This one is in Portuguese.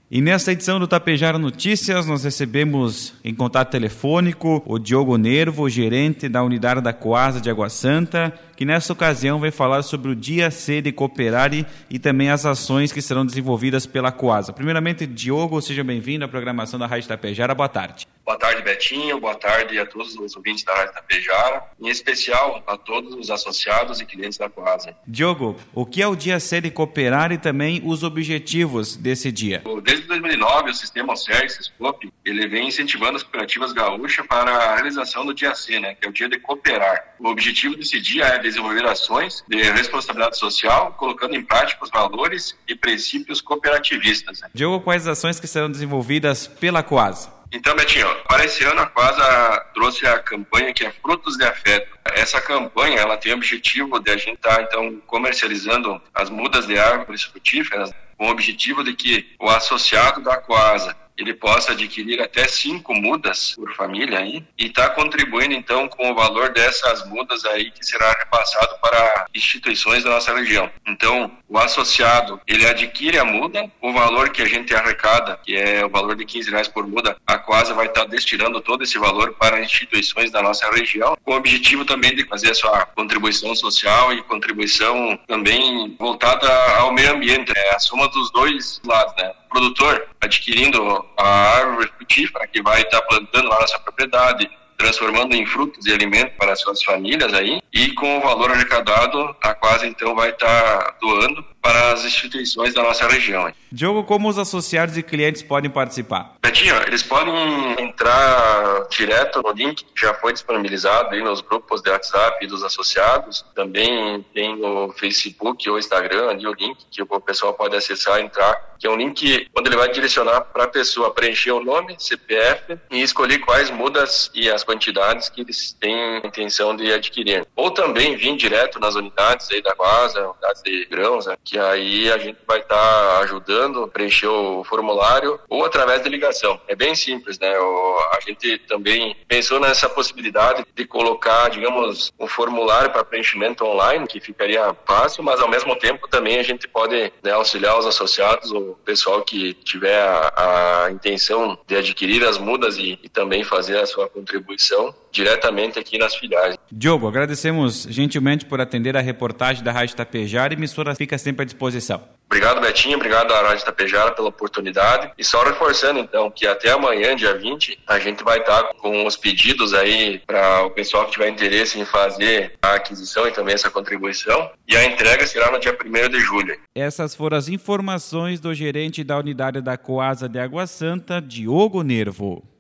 E nesta edição do Tapejara Notícias, nós recebemos em contato telefônico o Diogo Nervo, gerente da unidade da Coasa de Água Santa, que nesta ocasião vai falar sobre o Dia C de Cooperare e também as ações que serão desenvolvidas pela Coasa. Primeiramente, Diogo, seja bem-vindo à programação da Rádio Tapejara. Boa tarde. Boa tarde, Betinho. Boa tarde a todos os ouvintes da Rádio Tapejara, em especial a todos os associados e clientes da Coasa. Diogo, o que é o Dia C de Cooperare e também os objetivos desse dia? Desde 2009, o sistema Sescope, ele vem incentivando as cooperativas gaúchas para a realização do Dia C, que é o Dia de Cooperar. O objetivo desse dia é desenvolver ações de responsabilidade social, colocando em prática os valores e princípios cooperativistas. Diogo, quais ações que serão desenvolvidas pela Coasa? Então, Betinho, para esse ano a Coasa trouxe a campanha que é Frutos de Afeto. Essa campanha, ela tem o objetivo de a gente estar, então, comercializando as mudas de árvores frutíferas, com o objetivo de que o associado da Coasa ele possa adquirir até 5 mudas por família aí, e está contribuindo então com o valor dessas mudas aí que será repassado para instituições da nossa região. Então, o associado, ele adquire a muda, o valor que a gente arrecada, que é o valor de R$15 por muda, a Coasa vai estar destinando todo esse valor para instituições da nossa região, com o objetivo também de fazer a sua contribuição social e contribuição também voltada ao meio ambiente, a soma dos dois lados, O produtor adquirindo a árvore frutífera que vai estar plantando lá na sua propriedade, transformando em frutos e alimento para as suas famílias aí, e com o valor arrecadado, a Coasa então vai estar doando para as instituições da nossa região. Diogo, como os associados e clientes podem participar? Betinho, eles podem entrar direto no link que já foi disponibilizado aí nos grupos de WhatsApp dos associados. Também tem no Facebook ou Instagram ali o link que o pessoal pode acessar e entrar, que é um link onde ele vai direcionar para a pessoa preencher o nome, CPF e escolher quais mudas e as quantidades que eles têm intenção de adquirir. Ou também vir direto nas unidades aí da Coasa, unidades de grãos, que aí a gente vai estar ajudando a preencher o formulário ou através de ligação. É bem simples, A gente também pensou nessa possibilidade de colocar, digamos, um formulário para preenchimento online, que ficaria fácil, mas ao mesmo tempo também a gente pode auxiliar os associados, o pessoal que tiver a intenção de adquirir as mudas e também fazer a sua contribuição diretamente aqui nas filiais. Diogo, agradecemos gentilmente por atender a reportagem da Rádio Tapejara e a emissora fica sempre à disposição. Obrigado, Betinho. Obrigado à Rádio Tapejara pela oportunidade. E só reforçando, então, que até amanhã, dia 20, a gente vai estar com os pedidos aí para o pessoal que tiver interesse em fazer a aquisição e também essa contribuição. E a entrega será no dia 1º de julho. Essas foram as informações do gerente da unidade da Coasa de Água Santa, Diogo Nervo.